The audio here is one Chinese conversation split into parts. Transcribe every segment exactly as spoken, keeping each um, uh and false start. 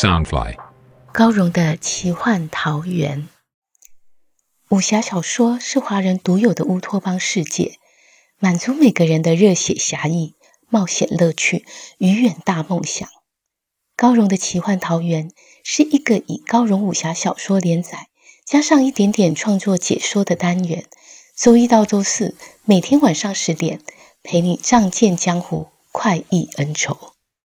Soundfly 高荣的奇幻桃源。武侠小说是华人独有的乌托邦世界，满足每个人的热血侠义、冒险乐趣与远大梦想。高荣的奇幻桃源是一个以高荣武侠小说连载加上一点点创作解说的单元，周一到周四每天晚上十点陪你仗剑江湖，快意恩仇。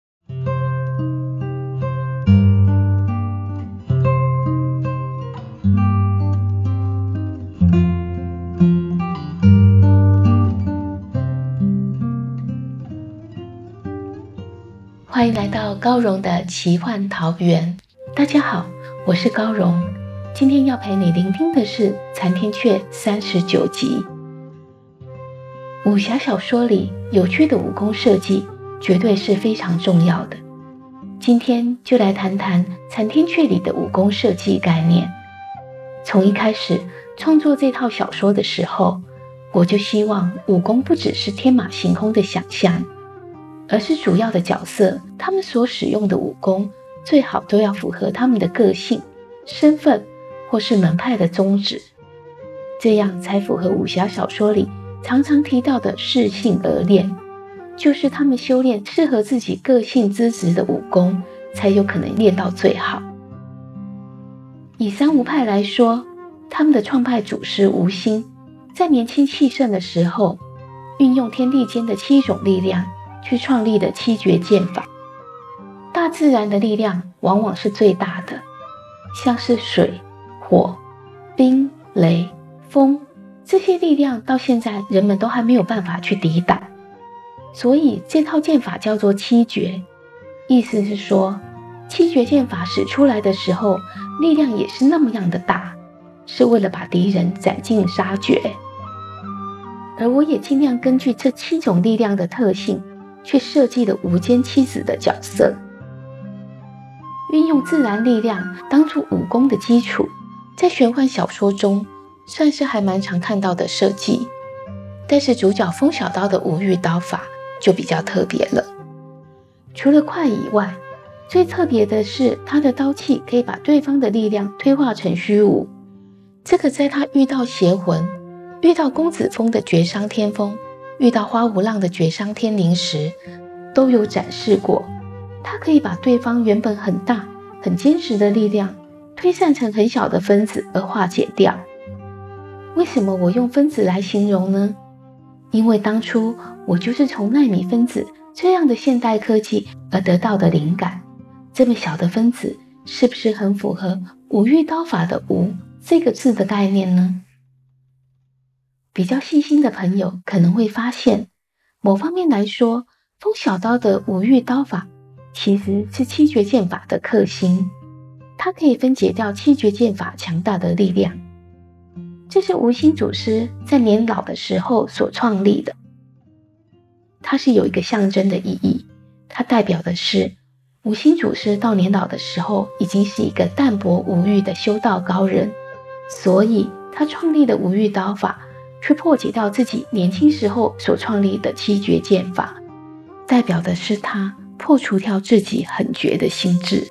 欢迎来到高荣的奇幻桃源。大家好，我是高荣，今天要陪你聆听的是《残天阙》三十九集。武侠小说里有趣的武功设计绝对是非常重要的，今天就来谈谈《残天阙》里的武功设计概念。从一开始创作这套小说的时候，我就希望武功不只是天马行空的想象，而是主要的角色他们所使用的武功最好都要符合他们的个性、身份或是门派的宗旨，这样才符合武侠小说里常常提到的适性而练，就是他们修炼适合自己个性资质的武功才有可能练到最好。以三吴派来说，他们的创派祖师吴兴在年轻气盛的时候，运用天地间的七种力量去创立的七绝剑法。大自然的力量往往是最大的，像是水、火、冰、雷、风，这些力量到现在人们都还没有办法去抵挡，所以这套剑法叫做七绝，意思是说七绝剑法使出来的时候力量也是那么样的大，是为了把敌人斩尽杀绝。而我也尽量根据这七种力量的特性去设计了无间七子的角色，运用自然力量当作武功的基础，在玄幻小说中算是还蛮常看到的设计。但是主角风小刀的无欲刀法就比较特别了，除了快以外，最特别的是他的刀气可以把对方的力量推化成虚无。这个在他遇到邪魂、遇到公子风的绝伤天风、遇到花无浪的绝伤天灵时都有展示过，他可以把对方原本很大很坚实的力量推散成很小的分子而化解掉。为什么我用分子来形容呢？因为当初我就是从奈米分子这样的现代科技而得到的灵感。这么小的分子是不是很符合无欲刀法的无这个字的概念呢？比较细心的朋友可能会发现，某方面来说，风小刀的无欲刀法其实是七绝剑法的克星，它可以分解掉七绝剑法强大的力量。这是吴兴祖师在年老的时候所创立的，它是有一个象征的意义，它代表的是吴兴祖师到年老的时候已经是一个淡泊无欲的修道高人，所以他创立的无欲刀法去破解掉自己年轻时候所创立的七绝剑法，代表的是他破除掉自己很绝的心智。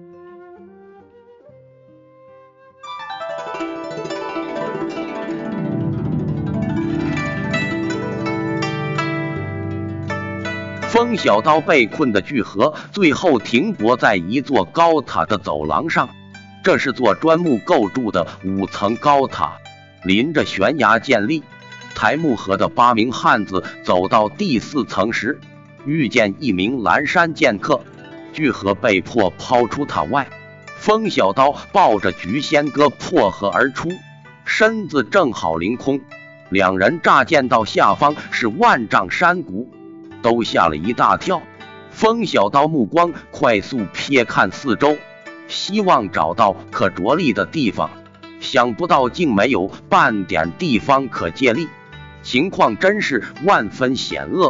风小刀被困的巨河最后停泊在一座高塔的走廊上，这是座砖木构筑的五层高塔，临着悬崖建立。台木河的八名汉子走到第四层时，遇见一名蓝山剑客，巨河被迫抛出塔外。风小刀抱着菊仙哥破河而出，身子正好凌空，两人乍见到下方是万丈山谷，都吓了一大跳。风小刀目光快速瞥看四周，希望找到可着力的地方，想不到竟没有半点地方可借力，情况真是万分险恶。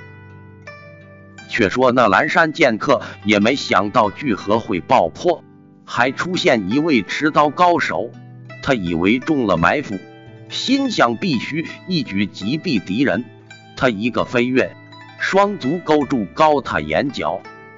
却说那蓝山剑客也没想到巨河会爆破，还出现一位持刀高手，他以为中了埋伏，心想必须一举击毙敌人。他一个飞跃，双足勾住高塔檐角，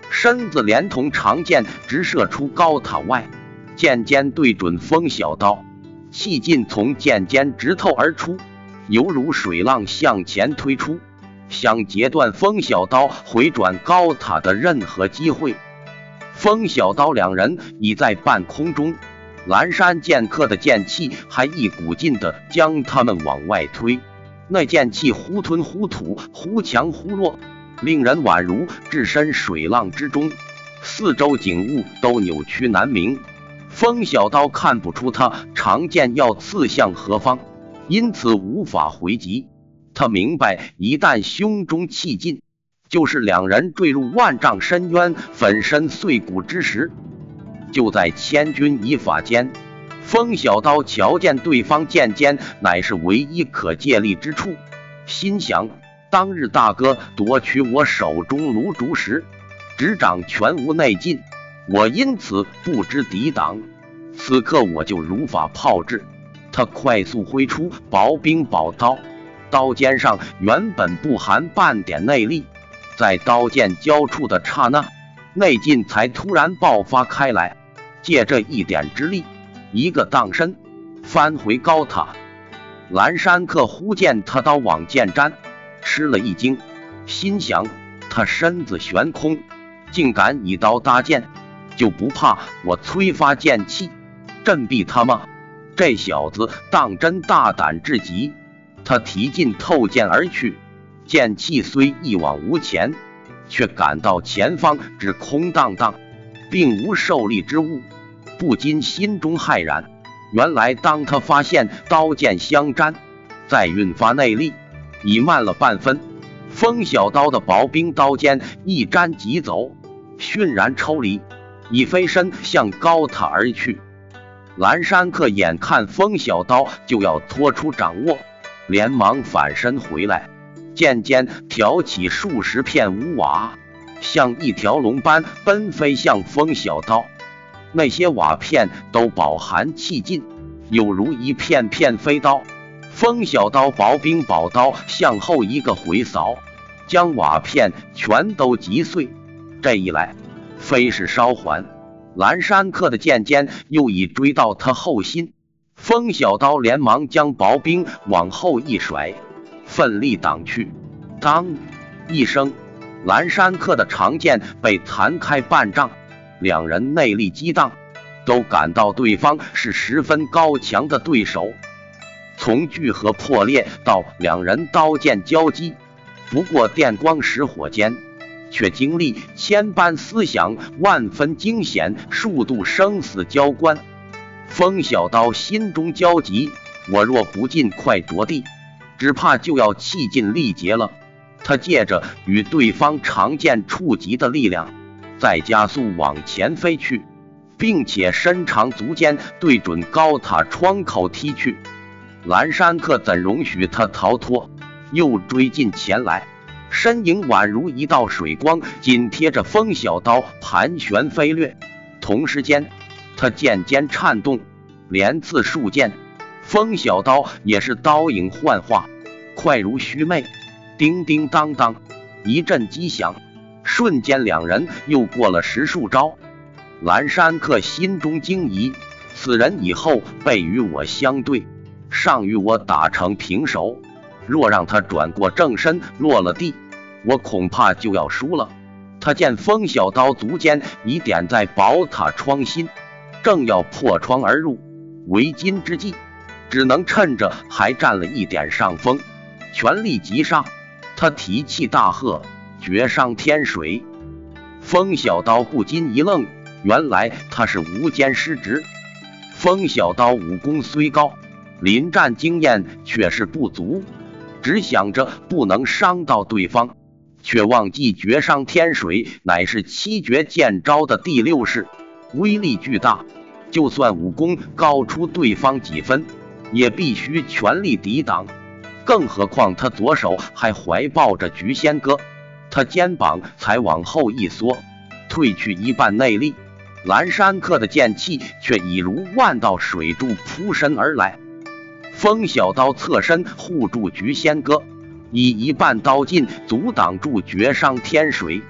身子连同长剑直射出高塔外，剑尖对准风小刀，气劲从剑尖直透而出，犹如水浪向前推出，想截断风小刀回转高塔的任何机会。风小刀两人已在半空中，蓝山剑客的剑气还一股劲地将他们往外推，那剑气忽吞忽吐，忽强忽弱，令人宛如置身水浪之中，四周景物都扭曲难明。风小刀看不出他长剑要刺向何方，因此无法回击。他明白，一旦胸中气尽，就是两人坠入万丈深渊，粉身碎骨之时。就在千钧一发间，风小刀瞧见对方剑尖乃是唯一可借力之处，心想：当日大哥夺取我手中炉烛时，执掌全无内劲，我因此不知抵挡，此刻我就如法炮制。他快速挥出薄冰宝刀，刀尖上原本不含半点内力，在刀剑交触的刹那，内劲才突然爆发开来，借这一点之力，一个荡身翻回高塔。蓝山客忽见他刀往剑沾，吃了一惊，心想他身子悬空，竟敢以刀搭剑，就不怕我催发剑气振臂他吗？这小子当真大胆至极。他提劲透剑而去，剑气虽一往无前，却感到前方只空荡荡，并无受力之物，不禁心中骇然。原来当他发现刀剑相沾，再运发内力已慢了半分。风小刀的薄冰刀尖一沾即走，迅然抽离，已飞身向高塔而去。蓝山客眼看风小刀就要拖出掌握，连忙反身回来，剑尖挑起数十片乌瓦，像一条龙般奔飞向风小刀。那些瓦片都饱含气劲，有如一片片飞刀。风小刀薄冰宝刀向后一个回扫，将瓦片全都击碎。这一来，非是稍缓，蓝山客的剑尖又已追到他后心。风小刀连忙将薄冰往后一甩，奋力挡去。当一声，蓝山客的长剑被弹开半丈，两人内力激荡，都感到对方是十分高强的对手。从聚合破裂到两人刀剑交击，不过电光石火间，却经历千般思想，万分惊险，数度生死交关。风小刀心中焦急，我若不尽快着地，只怕就要气尽力竭了。他借着与对方长剑触及的力量，再加速往前飞去，并且伸长足尖对准高塔窗口踢去。蓝山客怎容许他逃脱，又追进前来，身影宛如一道水光，紧贴着风小刀盘旋飞掠。同时间，他剑尖颤动，连刺数剑，风小刀也是刀影幻化，快如虚魅。叮叮当当一阵击响，瞬间两人又过了十数招。蓝山客心中惊疑，此人以后背与我相对，尚与我打成平手，若让他转过正身落了地，我恐怕就要输了。他见风小刀足尖已点在宝塔窗心，正要破窗而入，为今之计，只能趁着还占了一点上风，全力击杀。他提气大喝：绝伤天水！风小刀不禁一愣，原来他是无间失职。风小刀武功虽高，临战经验却是不足，只想着不能伤到对方，却忘记绝伤天水乃是七绝剑招的第六式，威力巨大，就算武功高出对方几分，也必须全力抵挡。更何况他左手还怀抱着菊仙歌，他肩膀才往后一缩，退去一半内力，蓝山客的剑气却已如万道水柱扑身而来。风小刀侧身护住菊仙歌，以一半刀劲阻挡住绝伤天水。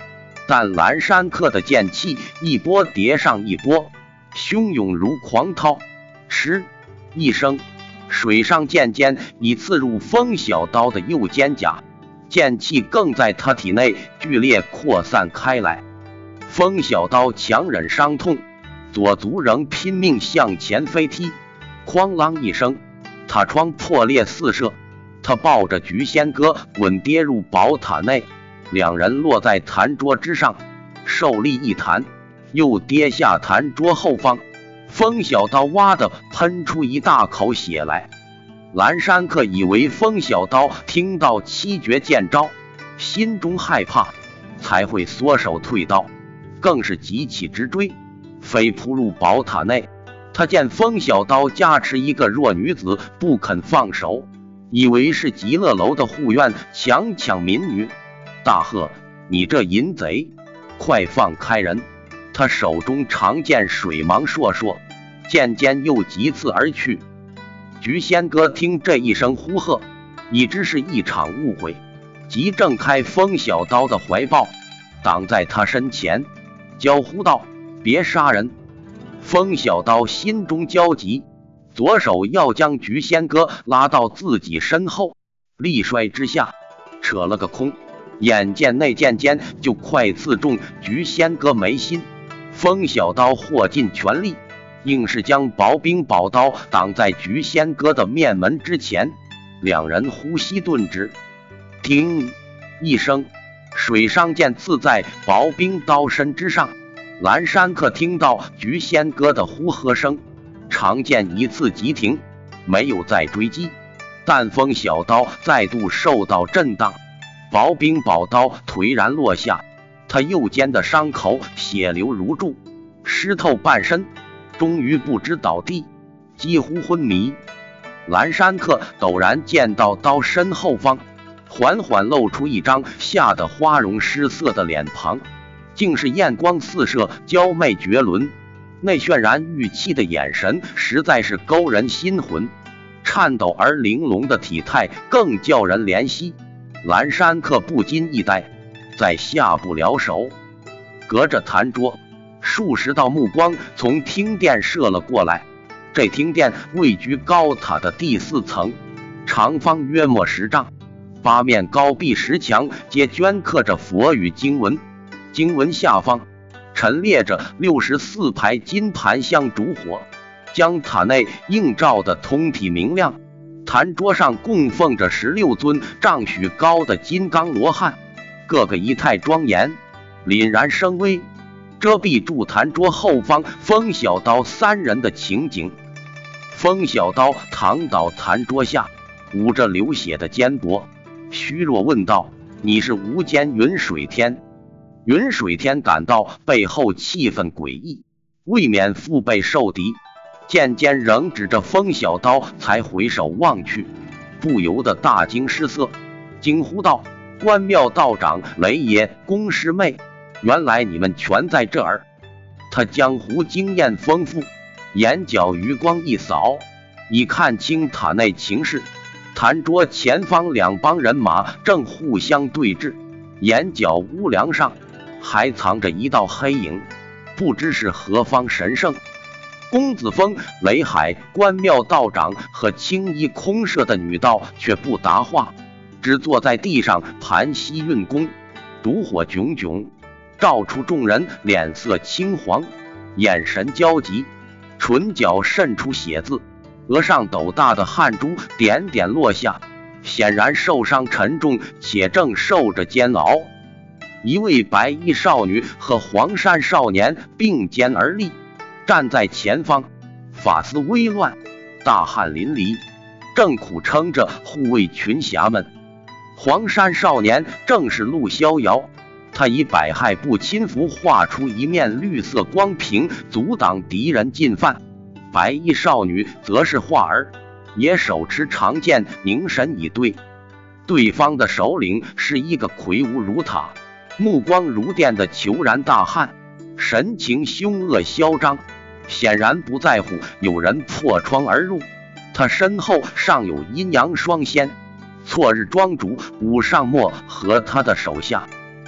但蓝山客的剑气一波叠上一波，汹涌如狂涛。嗤一声，水上剑尖已刺入风小刀的右肩胛，剑气更在他体内剧烈扩散开来。风小刀强忍伤痛，左足仍拼命向前飞踢，哐啷一声，塔窗破裂四射，他抱着菊仙哥滚跌入宝塔内，两人落在坛桌之上，受力一弹，又跌下坛桌后方。风小刀哇的喷出一大口血来。蓝山客以为风小刀听到七绝剑招，心中害怕，才会缩手退刀，更是急起直追，飞扑入宝塔内。他见风小刀加持一个弱女子不肯放手，以为是极乐楼的护院强抢民女，大喝：你这淫贼，快放开人！他手中长剑水芒烁烁，剑尖又急刺而去。菊仙哥听这一声呼喝，已知是一场误会，即挣开风小刀的怀抱，挡在他身前，娇呼道：别杀人！风小刀心中焦急，左手要将菊仙哥拉到自己身后，力摔之下扯了个空，眼见那剑尖就快刺中菊仙哥眉心，风小刀获尽全力，硬是将薄冰宝刀挡在菊仙哥的面门之前，两人呼吸顿止。叮一声，水上剑刺在薄冰刀身之上。蓝山客听到菊仙哥的呼喝声，长剑一刺即停，没有再追击。但风小刀再度受到震荡，薄冰宝刀颓然落下，他右肩的伤口血流如注，湿透半身，终于不知倒地，几乎昏迷。蓝山客陡然见到刀身后方缓缓露出一张吓得花容失色的脸庞，竟是艳光四射，娇媚绝伦，那渲然欲泣的眼神实在是勾人心魂，颤抖而玲珑的体态更叫人怜惜。蓝山客不禁一呆，再下不了手。隔着坛桌，数十道目光从厅殿射了过来。这厅殿位居高塔的第四层，长方约莫十丈，八面高壁石墙皆镌刻着佛语经文，经文下方陈列着六十四排金盘香烛火，将塔内映照得通体明亮。坛桌上供奉着十六尊丈许高的金刚罗汉，个个仪态庄严，凛然生威，遮蔽住坛桌后方风小刀三人的情景。风小刀躺倒坛桌下，捂着流血的肩膊，虚弱问道：你是无间云水天？云水天感到背后气氛诡异，未免腹背受敌，渐渐仍指着风小刀，才回首望去，不由得大惊失色，惊呼道：关庙道长、雷爷、公师妹，原来你们全在这儿！他江湖经验丰富，眼角余光一扫，已看清塔内情势。坛桌前方两帮人马正互相对峙，眼角屋梁上还藏着一道黑影，不知是何方神圣。公子峰、雷海、关庙道长和青衣空舍的女道却不答话，只坐在地上盘膝运功，烛火炯炯，照出众人脸色青黄，眼神焦急，唇角渗出血渍，额上斗大的汗珠点点落下，显然受伤沉重，且正受着煎熬。一位白衣少女和黄衫少年并肩而立，站在前方，发丝微乱，大汗淋漓，正苦撑着护卫群侠们。黄衫少年正是陆逍遥，他以百害不侵符画出一面绿色光屏，阻挡敌人进犯。白衣少女则是画儿，也手持长剑，凝神以对。对方的首领是一个魁梧如塔、目光如电的虬髯大汉，神情凶恶嚣张，显然不在乎有人破窗而入。他身后尚有阴阳双仙，错日庄主武尚墨和他的手下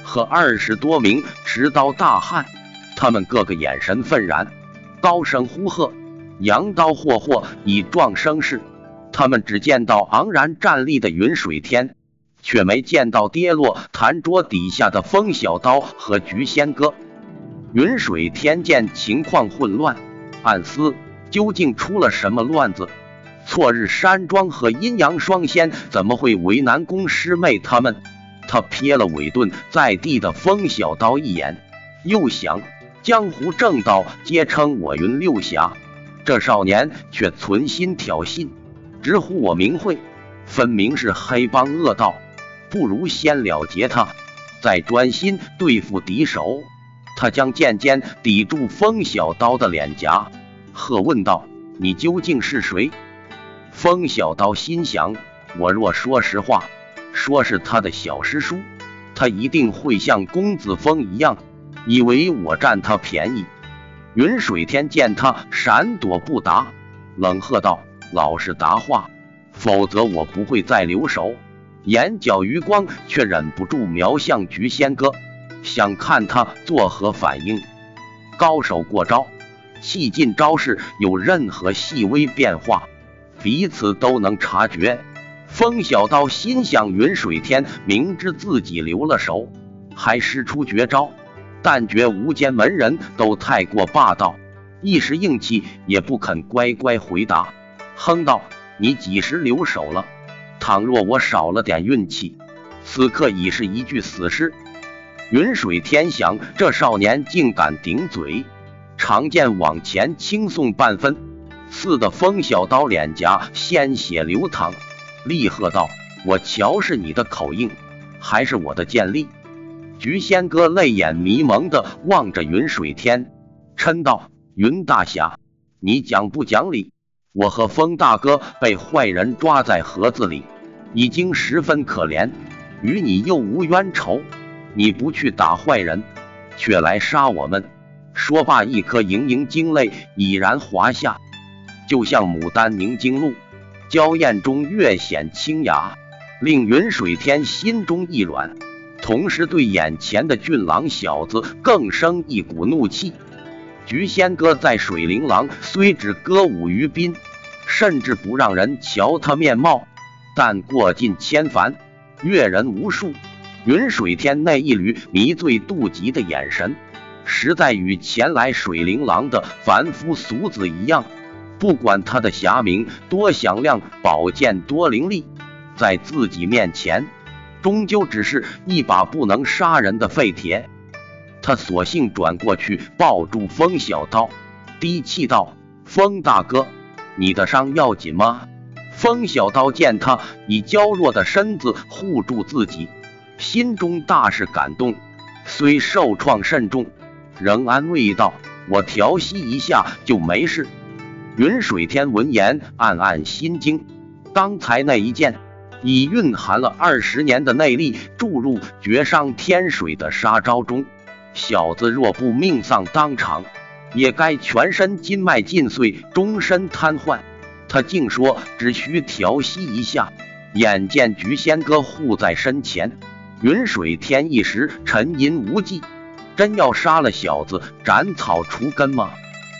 和二十多名持刀大汉，他们个个眼神愤然，高声呼喝：“扬刀霍霍，以壮声势！”他们只见到昂然站立的云水天，却没见到跌落坛桌底下的风小刀和菊仙哥。云水天见情况混乱，暗思究竟出了什么乱子？错日山庄和阴阳双仙怎么会为难宫师妹他们？他瞥了尾顿在地的风小刀一眼，又想江湖正道皆称我云六侠，这少年却存心挑衅，直呼我名讳，分明是黑帮恶道，不如先了结他，再专心对付敌手。他将剑尖抵住风小刀的脸颊，喝问道：“你究竟是谁？”风小刀心想，我若说实话，说是他的小师叔，他一定会像公子峰一样，以为我占他便宜。云水天见他闪躲不答，冷喝道：“老实答话，否则我不会再留手。”眼角余光却忍不住瞄向菊仙哥，想看他作何反应。高手过招，气尽招式有任何细微变化，彼此都能察觉。风小刀心想，云水天明知自己留了手，还施出绝招，但觉无间门人都太过霸道，一时硬气也不肯乖乖回答，哼道：“你几时留手了？倘若我少了点运气，此刻已是一具死尸。”云水天想，这少年竟敢顶嘴，长剑往前轻送半分，刺得风小刀脸颊鲜血流淌，厉喝道：“我瞧是你的口硬，还是我的剑力？”菊仙哥泪眼迷蒙地望着云水天，嗔道：“云大侠，你讲不讲理？我和风大哥被坏人抓在盒子里，已经十分可怜，与你又无冤仇，你不去打坏人，却来杀我们。”说罢，一颗盈盈晶泪已然滑下，就像牡丹凝晶露，娇艳中略显清雅，令云水天心中一软，同时对眼前的俊朗小子更生一股怒气。菊仙哥在水灵廊虽只歌舞于宾，甚至不让人瞧他面貌，但过尽千帆，阅人无数。云水天那一缕迷醉妒忌的眼神，实在与前来水灵廊的凡夫俗子一样，不管他的侠名多响亮，宝剑多凌厉，在自己面前终究只是一把不能杀人的废铁。他索性转过去抱住风小刀，低气道：“风大哥，你的伤要紧吗？”风小刀见他以娇弱的身子护住自己，心中大是感动，虽受创甚重，仍安慰道：“我调息一下就没事。”云水天闻言暗暗心惊，刚才那一剑已蕴含了二十年的内力注入绝伤天水的杀招中，小子若不命丧当场，也该全身筋脉尽碎，终身瘫痪。他竟说只需调息一下。眼见菊仙哥护在身前，云水天一时沉吟无计，真要杀了小子斩草除根吗？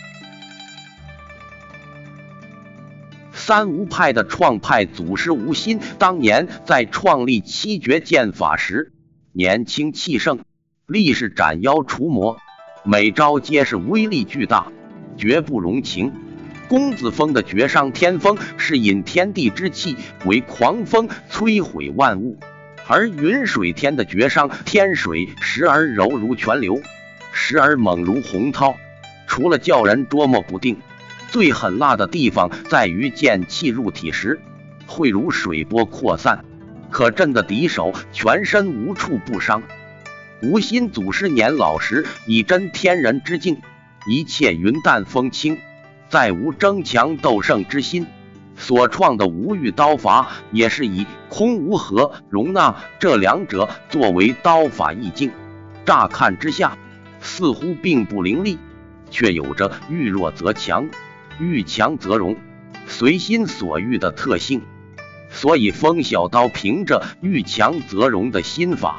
三无派的创派祖师吴昕，当年在创立七绝剑法时，年轻气盛，立誓斩妖除魔，每招皆是威力巨大，绝不容情。公子峰的绝伤天风是引天地之气为狂风，摧毁万物，而云水天的绝伤天水时而柔如泉流，时而猛如洪涛，除了叫人捉摸不定，最狠辣的地方在于剑气入体时会如水波扩散，可震得敌手全身无处不伤。吴昕祖师年老时以真天人之境，一切云淡风轻，再无争强斗胜之心，所创的无欲刀法也是以空无和容纳这两者作为刀法意境，乍看之下似乎并不凌厉，却有着遇弱则强，遇强则荣，随心所欲的特性。所以风小刀凭着遇强则荣的心法，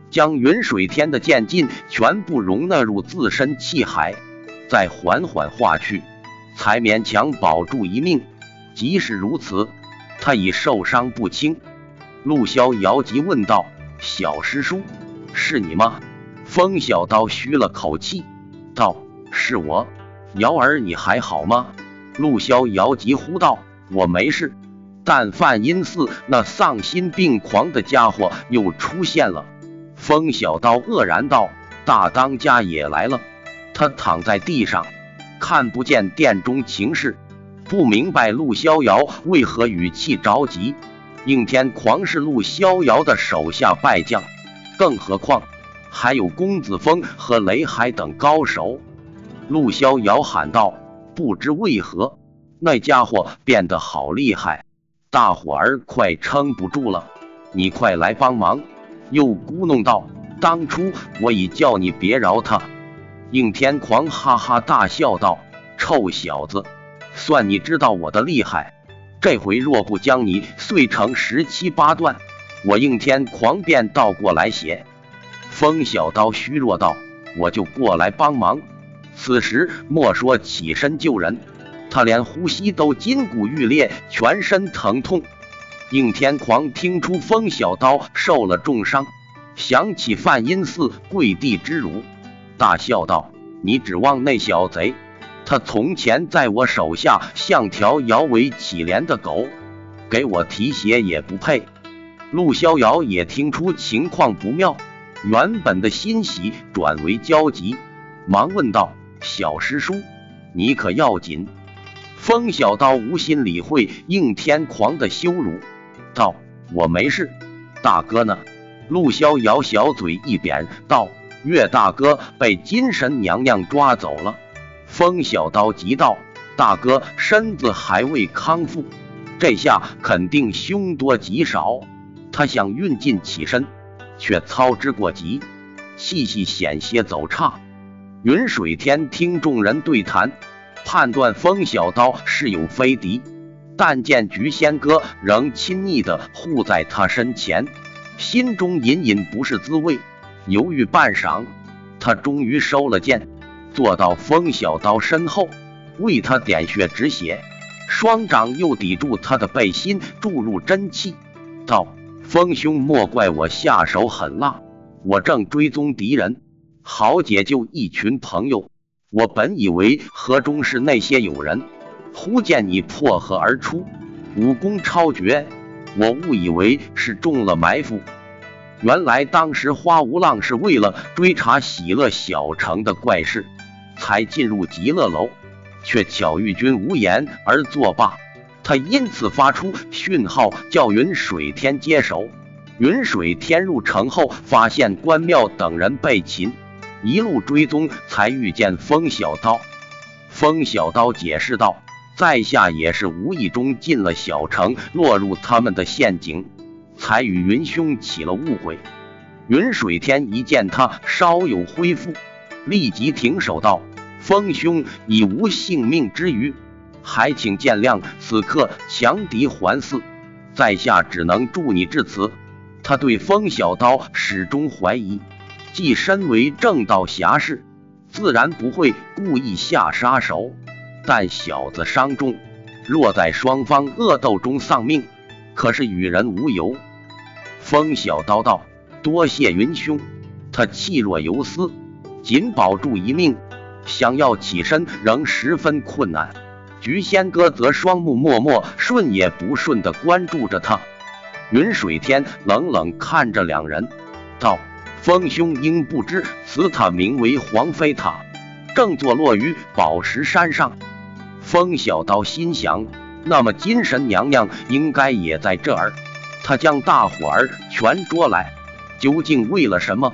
将云水天的剑劲全部容纳入自身气海，再缓缓化去，才勉强保住一命。即使如此，他已受伤不轻。陆逍遥急问道：小师叔，是你吗？风小刀吁了口气道：是我。瑶儿你还好吗？陆逍遥急呼道：我没事，但梵音寺那丧心病狂的家伙又出现了。风小刀愕然道：大当家也来了。他躺在地上，看不见殿中情势，不明白陆逍遥为何语气着急。应天狂是陆逍遥的手下败将，更何况还有公子峰和雷海等高手。陆逍遥喊道：不知为何，那家伙变得好厉害，大伙儿快撑不住了，你快来帮忙。又咕哝道：当初我已叫你别饶他。应天狂哈哈大笑道：臭小子，算你知道我的厉害，这回若不将你碎成十七八段，我应天狂便倒过来写。风小刀虚弱道：我就过来帮忙。此时莫说起身救人，他连呼吸都筋骨欲裂，全身疼痛。应天狂听出风小刀受了重伤，想起梵音寺跪地之辱，大笑道：你指望那小贼？他从前在我手下像条摇尾乞怜的狗，给我提鞋也不配。陆逍遥也听出情况不妙，原本的欣喜转为焦急，忙问道：小师叔，你可要紧？风小刀无心理会应天狂的羞辱，道：我没事。大哥呢？陆逍遥小嘴一扁道：岳大哥被金神娘娘抓走了。风小刀急道：大哥身子还未康复，这下肯定凶多吉少。他想运劲起身，却操之过急，气息险些走岔。云水天听众人对谈，判断风小刀是有非敌，但见菊仙哥仍亲昵地护在他身前，心中隐隐不是滋味。犹豫半晌，他终于收了剑，坐到风小刀身后，为他点穴止血，双掌又抵住他的背心，注入真气，道：风兄莫怪我下手狠辣，我正追踪敌人，好解救一群朋友。我本以为河中是那些友人，忽见你破河而出，武功超绝，我误以为是中了埋伏。原来当时花无浪是为了追查喜乐小城的怪事，才进入极乐楼，却巧遇君无言而作罢。他因此发出讯号，叫云水天接手。云水天入城后，发现关庙等人被擒，一路追踪，才遇见风小刀。风小刀解释道：在下也是无意中进了小城，落入他们的陷阱，才与云兄起了误会。云水天一见他稍有恢复，立即停手道：风兄已无性命之余，还请见谅，此刻强敌环伺，在下只能助你至此。他对风小刀始终怀疑，既身为正道侠士，自然不会故意下杀手，但小子伤重，若在双方恶斗中丧命，可是与人无尤。风小刀道：多谢云兄。他气若游丝，仅保住一命，想要起身仍十分困难。菊仙哥则双目默默顺也不顺地关注着他。云水天冷冷看着两人，道：风兄应不知，此塔名为黄飞塔，正坐落于宝石山上。风小刀心想，那么金神娘娘应该也在这儿，他将大伙儿全捉来，究竟为了什么？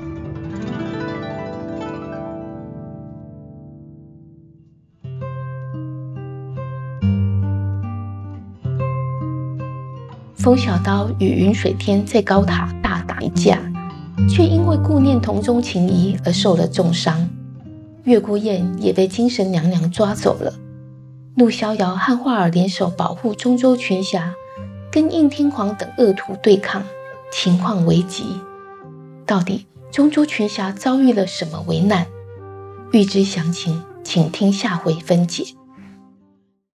风小刀与云水天在高塔大打一架，却因为顾念同宗情谊而受了重伤。月孤雁也被金神娘娘抓走了。陆逍遥和花儿联手保护中州群侠，跟应天狂等恶徒对抗，情况危急。到底中州群侠遭遇了什么危难？欲知详情，请听下回分解。